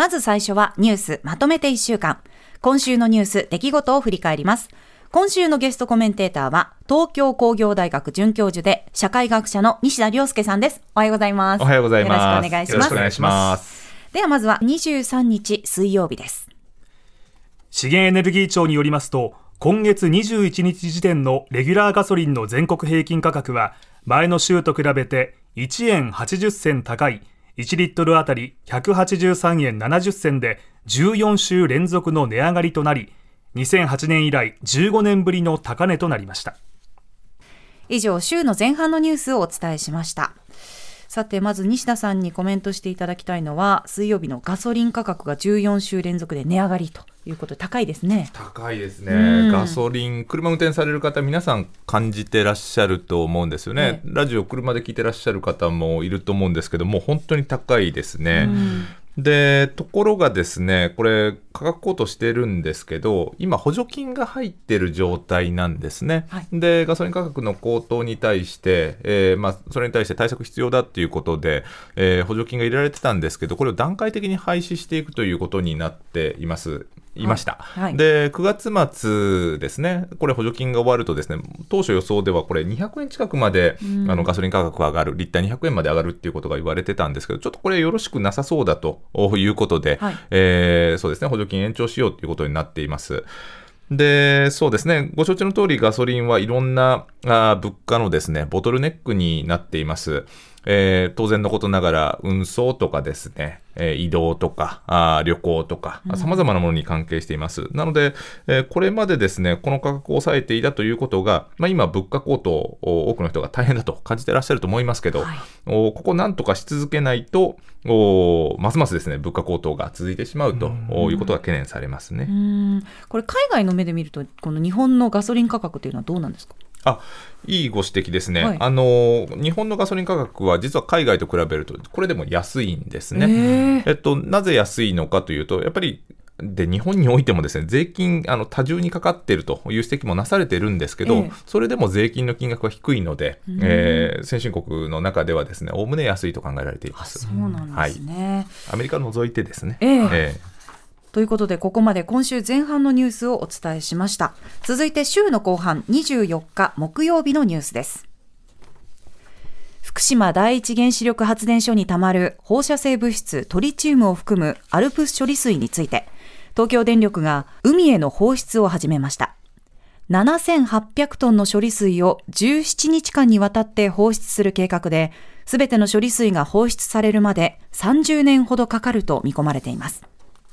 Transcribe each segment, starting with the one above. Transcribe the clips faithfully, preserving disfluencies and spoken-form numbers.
まず最初はニュースまとめていっしゅうかん。今週のニュース、出来事を振り返ります。今週のゲストコメンテーターは東京工業大学准教授で社会学者の西田亮介さんです。おはようございます。 おはようございます。 よろしくお願いします。 よろしくお願いします。 ではまずはにじゅうさんにち水曜日です。 資源エネルギー庁によりますと、今月にじゅういちにち時点のレギュラーガソリンの全国平均価格は前の週と比べていちえんはちじゅっせん高いいちリットルあたりひゃくはちじゅうさんえんななじゅっせんでじゅうよんしゅう連続の値上がりとなり、にせんはちねん以来じゅうごねんぶりの高値となりました。 以上、週の前半のニュースをお伝えしました。さて、まず西田さんにコメントしていただきたいのは、水曜日のガソリン価格がじゅうよんしゅう連続で値上がりということで高いですね。 高いですね。ガソリン、車運転される方皆さん感じてらっしゃると思うんですよね。ラジオ車で聞いてらっしゃる方もいると思うんですけども、本当に高いですね。でところがですね、これ価格高騰してるんですけど、今補助金が入ってる状態なんですね、はい、でガソリン価格の高騰に対して、えーまあ、それに対して対策必要だということで、えー、補助金が入れられてたんですけど、これを段階的に廃止していくということになっていますいました、はいはい、でくがつ末ですね、これ補助金が終わるとですね、当初予想ではこれにひゃくえん近くまで、うん、あのガソリン価格が上がる、リッターにひゃくえんまで上がるっていうことが言われてたんですけど、ちょっとこれよろしくなさそうだということで、はい、えー、そうですね、補助金延長しようということになっています。でそうですね、ご承知の通りガソリンはいろんなあ物価のですねボトルネックになっています。えー、当然のことながら運送とかですね、えー、移動とかあ旅行とかさまざまなものに関係しています、うん、なので、えー、これまでですねこの価格を抑えていたということが、まあ、今物価高騰多くの人が大変だと感じていらっしゃると思いますけど、はい、おここなんとかし続けないとおますますですね物価高騰が続いてしまうということが懸念されますね。 うん、これ海外の目で見るとこの日本のガソリン価格というのはどうなんですか？ あ、いいご指摘ですね、はい、あの日本のガソリン価格は実は海外と比べるとこれでも安いんですね。えっと、なぜ安いのかというと、やっぱりで日本においてもですね税金あの多重にかかっているという指摘もなされているんですけど、えー、それでも税金の金額は低いので、えー、先進国の中ではですねおおむね安いと考えられています。 そうなんですね、はい、 アメリカを除いてですね、 えーえーということで、ここまで今週前半のニュースをお伝えしました。続いて週の後半、にじゅうよっか木曜日のニュースです。福島第一原子力発電所にたまる放射性物質トリチウムを含むアルプス処理水について、東京電力が海への放出を始めました。ななせんはっぴゃくトンの処理水をじゅうななにちかんにわたって放出する計画で、すべての処理水が放出されるまでさんじゅうねんほどかかると見込まれています。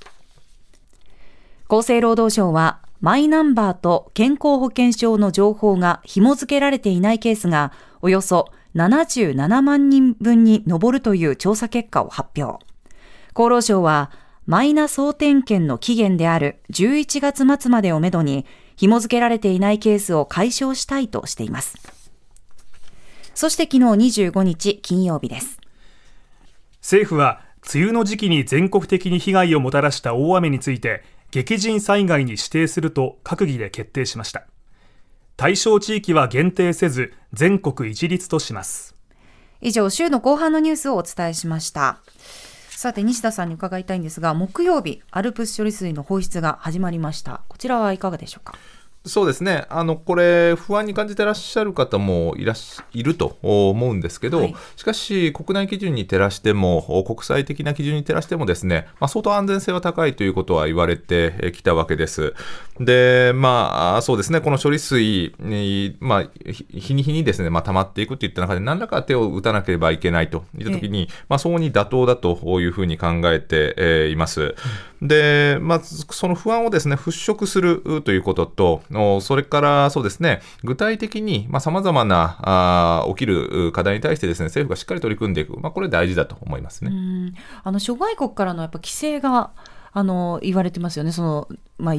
厚生労働省はマイナンバーと健康保険証の情報が紐付けられていないケースがおよそななじゅうななまんにんぶんに上るという調査結果を発表。厚労省はマイナ総点検の期限であるじゅういちがつ末までをめどに紐付けられていないケースを解消したいとしています。そして昨日にじゅうごにち金曜日です。 政府は梅雨の時期に全国的に被害をもたらした大雨について激甚災害に指定すると閣議で決定しました。対象地域は限定せず全国一律とします。 以上、週の後半のニュースをお伝えしました。さて西田さんに伺いたいんですが、木曜日アルプス処理水の放出が始まりました。こちらはいかがでしょうか？ そうですね、あのこれ不安に感じてらっしゃる方もいらっしいると思うんですけど、はい、しかし国内基準に照らしても国際的な基準に照らしてもですね、まあ、相当安全性は高いということは言われてきたわけです。で、まあそうですね、この処理水に、まあ、日に日にですね、まあ、溜まっていくといった中で何らか手を打たなければいけないといったときに、まあ、相応に妥当だというふうに考えて、えー、います。で、まあ、その不安をですね払拭するということと、それからそうですね、具体的にさまざ、まなあ起きる課題に対してですね政府がしっかり取り組んでいく、まあ、これ大事だと思いますね。 うん、あの諸外国からのやっぱ規制があの言われてますよね。その、まあ、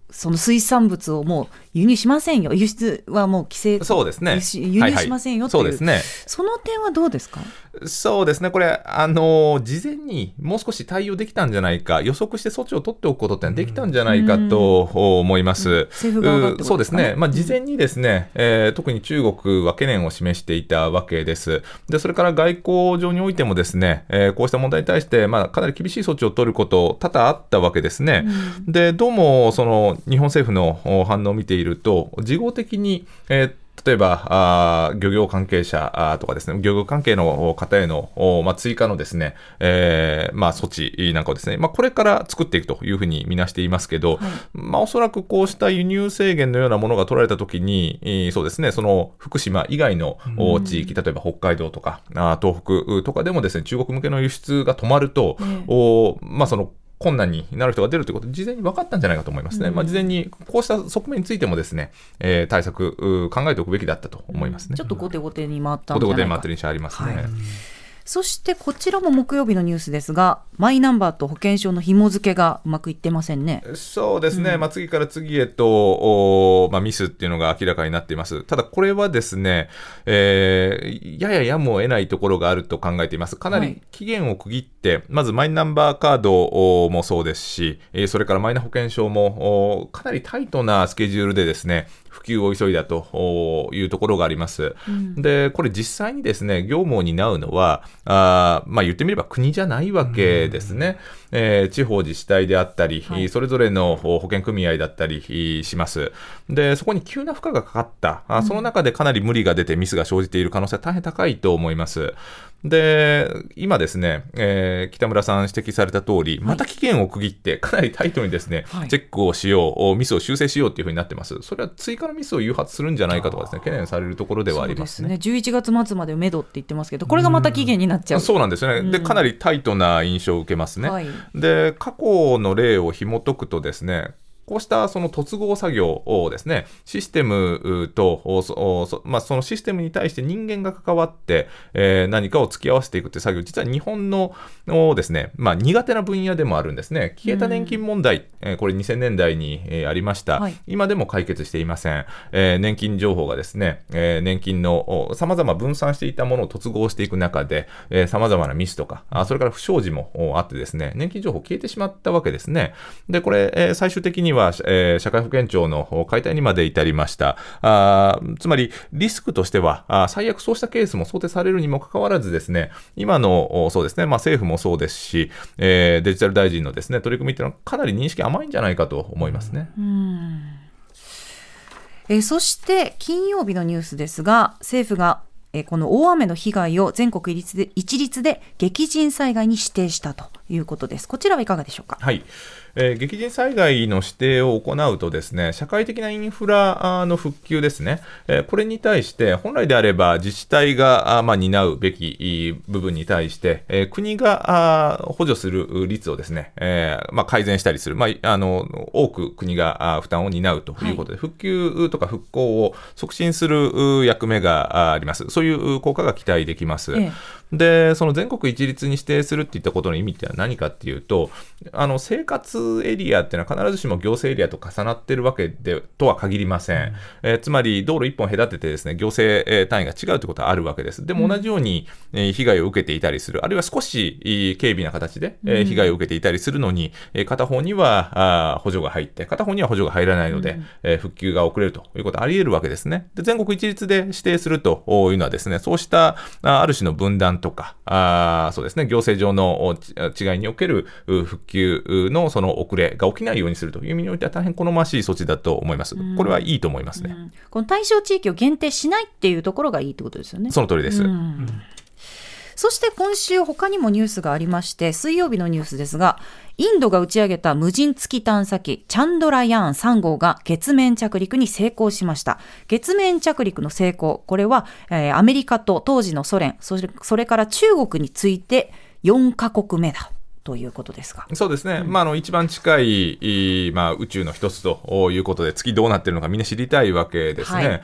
その水産物をもう輸入しませんよ、輸出はもう規制、 そうですね、 輸入しませんよという、はいはい、そうですね、その点はどうですか？ そうですね、これあの事前にもう少し対応できたんじゃないか、予測して措置を取っておくことってできたんじゃないかと思います。うん、 政府側がってことですかね。 そうですね、まあ、事前にですね、うんえー、特に中国は懸念を示していたわけです。でそれから外交上においてもですね、えー、こうした問題に対して、まあ、かなり厳しい措置を取ること多々あったわけですね。うん、でどうもその日本政府の反応を見ていると、事後的に、えー例えばあ漁業関係者とかですね、漁業関係の方への、まあ、追加のですね、えーまあ、措置なんかをですね、まあ、これから作っていくというふうに見なしていますけど、はいまあ、おそらくこうした輸入制限のようなものが取られたときに、そうですね、その福島以外の地域、例えば北海道とか東北とかでもですね、中国向けの輸出が止まると、ねおまあ、その困難になる人が出るということ事前に分かったんじゃないかと思いますね。うんまあ、事前にこうした側面についてもですね、えー、対策考えておくべきだったと思いますね。 うん、ちょっと後手後手に回ったんじゃないか。後手後手に回ってる印象ありますね。はい、そしてこちらも木曜日のニュースですが、マイナンバーと保険証の紐付けがうまくいってませんね。 そうですね、うんまあ、次から次へと、まあ、ミスっていうのが明らかになっています。ただこれはですね、えー、やややむを得ないところがあると考えています。かなり期限を区切って、はい、まずマイナンバーカードもそうですし、それからマイナ保険証もかなりタイトなスケジュールでですね普及を急いだというところがあります。うん、でこれ実際にですね業務を担うのはあ、まあ、言ってみれば国じゃないわけですね。うんえー、地方自治体であったり、はい、それぞれの保険組合だったりします。でそこに急な負荷がかかった、うん、その中でかなり無理が出てミスが生じている可能性は大変高いと思います。で今ですね、えー、北村さん指摘された通り、また期限を区切ってかなりタイトにですね、はい、チェックをしよう、ミスを修正しようというふうになってます。それは追加のミスを誘発するんじゃないかとかですね、懸念されるところではありますね。 そうですね、じゅういちがつ末までめどって言ってますけど、これがまた期限になっちゃう。 うそうなんですよね。でかなりタイトな印象を受けますね。はい、で過去の例を紐解くとですね、こうしたその突合作業をですね、システムと、そ、まあ、そのシステムに対して人間が関わって、えー、何かを付き合わせていくという作業、実は日本のですね、まあ、苦手な分野でもあるんですね。消えた年金問題、うん、これにせんねんだいに、えー、ありました、はい。今でも解決していません。えー、年金情報がですね、えー、年金の様々分散していたものを突合していく中で、えー、様々なミスとか、あそれから不祥事もあってですね、年金情報消えてしまったわけですね。で、これ、えー、最終的にはえー、社会保険庁の解体にまで至りました。あつまりリスクとしてはあ最悪そうしたケースも想定されるにもかかわらずですね、今のそうですね、まあ、政府もそうですし、えー、デジタル大臣のですね取り組みというのはかなり認識甘いんじゃないかと思いますね。 うんえー、そして金曜日のニュースですが、政府がえー、この大雨の被害を全国一律で、一律で激甚災害に指定したということです。こちらはいかがでしょうか。 はい、えー、激甚災害の指定を行うとですね、社会的なインフラの復旧ですね、えー、これに対して本来であれば自治体があ、まあ、担うべき部分に対して、えー、国があ補助する率をですね、えーまあ、改善したりする、まあ、あの多く国があ負担を担うということで、はい、復旧とか復興を促進する役目があります。そういう効果が期待できます。ええ、でその全国一律に指定するっていったことの意味ってのは何かっていうと、あの生活エリアっていうのは必ずしも行政エリアと重なっているわけでとは限りません。うん、えー、つまり道路一本隔ててですね、行政単位が違うということはあるわけです。でも同じように、うん、被害を受けていたりする、あるいは少し軽微な形で、うん、被害を受けていたりするのに、片方には補助が入って片方には補助が入らないので、うんえー、復旧が遅れるということはあり得るわけですね。で全国一律で指定するというのはですね、そうしたある種の分断とか、あそうですね、行政上の違いにおける復旧のその遅れが起きないようにするという意味においては大変好ましい措置だと思います。これはいいと思いますね。 この対象地域を限定しないっていうところがいいってことですよね。 その通りです。 うんそして今週他にもニュースがありまして、水曜日のニュースですが、インドが打ち上げた無人月探査機チャンドラヤーンさん号が月面着陸に成功しました。月面着陸の成功、これは、えー、アメリカと当時のソ連、それ、それから中国についてよんカ国目だということですか。 そうですね、うんまあ、あの一番近い、まあ、宇宙の一つということで、月どうなっているのかみんな知りたいわけですね。はい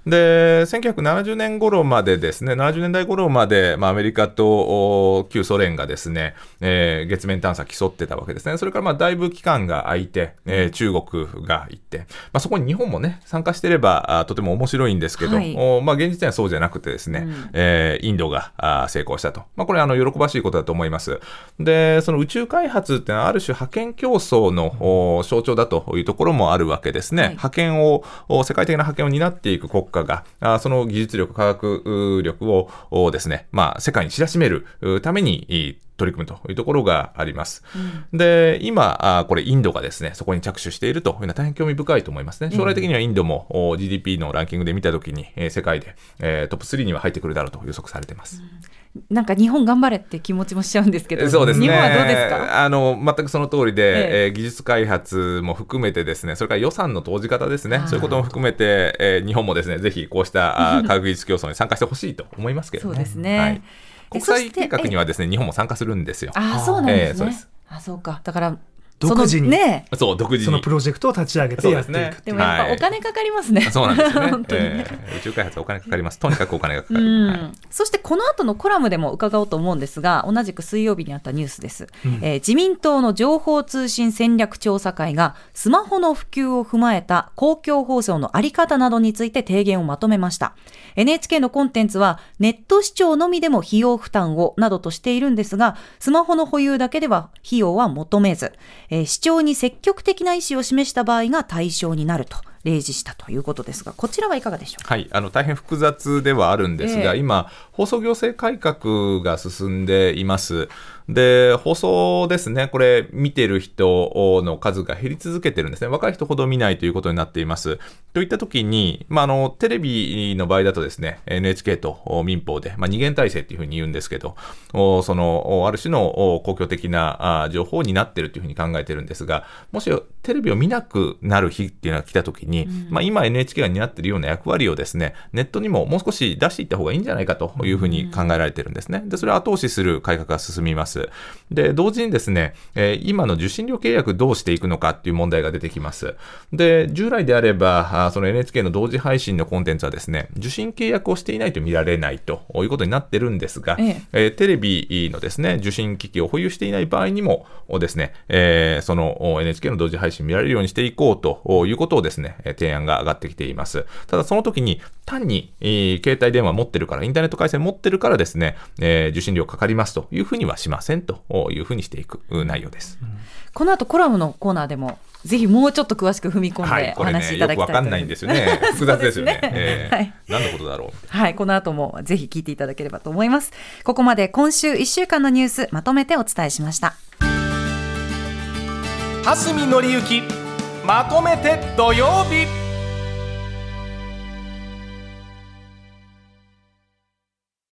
でせんきゅうひゃくななじゅうねん頃までですね、ななじゅうねんだい頃まで、まあ、アメリカと旧ソ連がですね、えー、月面探査競ってたわけですね。それからまあだいぶ期間が空いて、えー、中国が行って、まあ、そこに日本もね参加してればあとても面白いんですけど、はい、おまあ、現実にはそうじゃなくてですね、うん、えー、インドがあ成功したと、まあ、これはあの喜ばしいことだと思います。でその宇宙開発っていうのはある種覇権競争の象徴だというところもあるわけですね、はい、覇権を世界的な覇権を担っていく国家があその技術力科学力をですね、まあ、世界に知らしめるために取り組むというところがあります、うん、で今これインドがですねそこに着手しているというのは大変興味深いと思いますね。将来的にはインドも ジーディーピー のランキングで見たときに世界でトップスリーには入ってくるだろうと予測されています、 うん、なんか日本頑張れって気持ちもしちゃうんですけど、 そうですね、 日本はどうですか？ あの全くその通りで、ええ、技術開発も含めてですね、それから予算の投じ方ですね、そういうことも含めて、えー、日本もですねぜひこうした科学技術競争に参加してほしいと思いますけどね。 そうですね、 はい、国際計画にはですね日本も参加するんですよ。 あ、そうなんですね、えー、そうです。あ、そうか。だから独自に、ね、 そう独自にそのプロジェクトを立ち上げてやっていくっていう。 でもやっぱお金かかりますね、はい、 そうなんですね本当にね、 えー、宇宙開発はお金かかります。とにかくお金がかかる、 うん、 はい、 そしてこの後のコラムでも伺おうと思うんですが、同じく水曜日にあったニュースです、うん、えー、自民党の情報通信戦略調査会がスマホの普及を踏まえた公共放送のあり方などについて提言をまとめました。 エヌエイチケー のコンテンツはネット視聴のみでも費用負担をなどとしているんですが、スマホの保有だけでは費用は求めず、えー、視聴に積極的な意思を示した場合が対象になると例示したということですが、こちらはいかがでしょうか？ はい、あの大変複雑ではあるんですが、えー、今放送行政改革が進んでいます。で放送ですね、これ見てる人の数が減り続けてるんですね。若い人ほど見ないということになっています。といったときに、まあ、あのテレビの場合だとですね エヌエイチケー と民放で、まあ、二元体制というふうに言うんですけど、そのある種の公共的な情報になっているというふうに考えているんですが、もしテレビを見なくなる日っていうのが来たときに、うん、まあ、今 エヌエイチケー が担っているような役割をですねネットにももう少し出していった方がいいんじゃないかというふうに考えられているんですね。でそれを後押しする改革が進みます。で同時にですね、えー、今の受信料契約どうしていくのかっていう問題が出てきます。で従来であればその エヌエイチケー の同時配信のコンテンツはですね受信契約をしていないと見られないということになってるんですが、えええー、テレビのですね受信機器を保有していない場合にもですね、えー、その エヌエイチケー の同時配信見られるようにしていこうということをですね提案が上がってきています。ただその時に単に、えー、携帯電話持ってるからインターネット回線持ってるからですね、えー、受信料かかりますというふうにはしませんというふうにしていく内容です、うん、 この後コラムのコーナーでもぜひもうちょっと詳しく踏み込んでお話しいただきたいと思います、はい、これねよくわかんないんですよね複雑ですよねえーはい、何のことだろう。 はい、この後もぜひ聞いていただければと思います。ここまで今週いっしゅうかんのニュースまとめてお伝えしました。 蓮見紀之まとめて土曜日。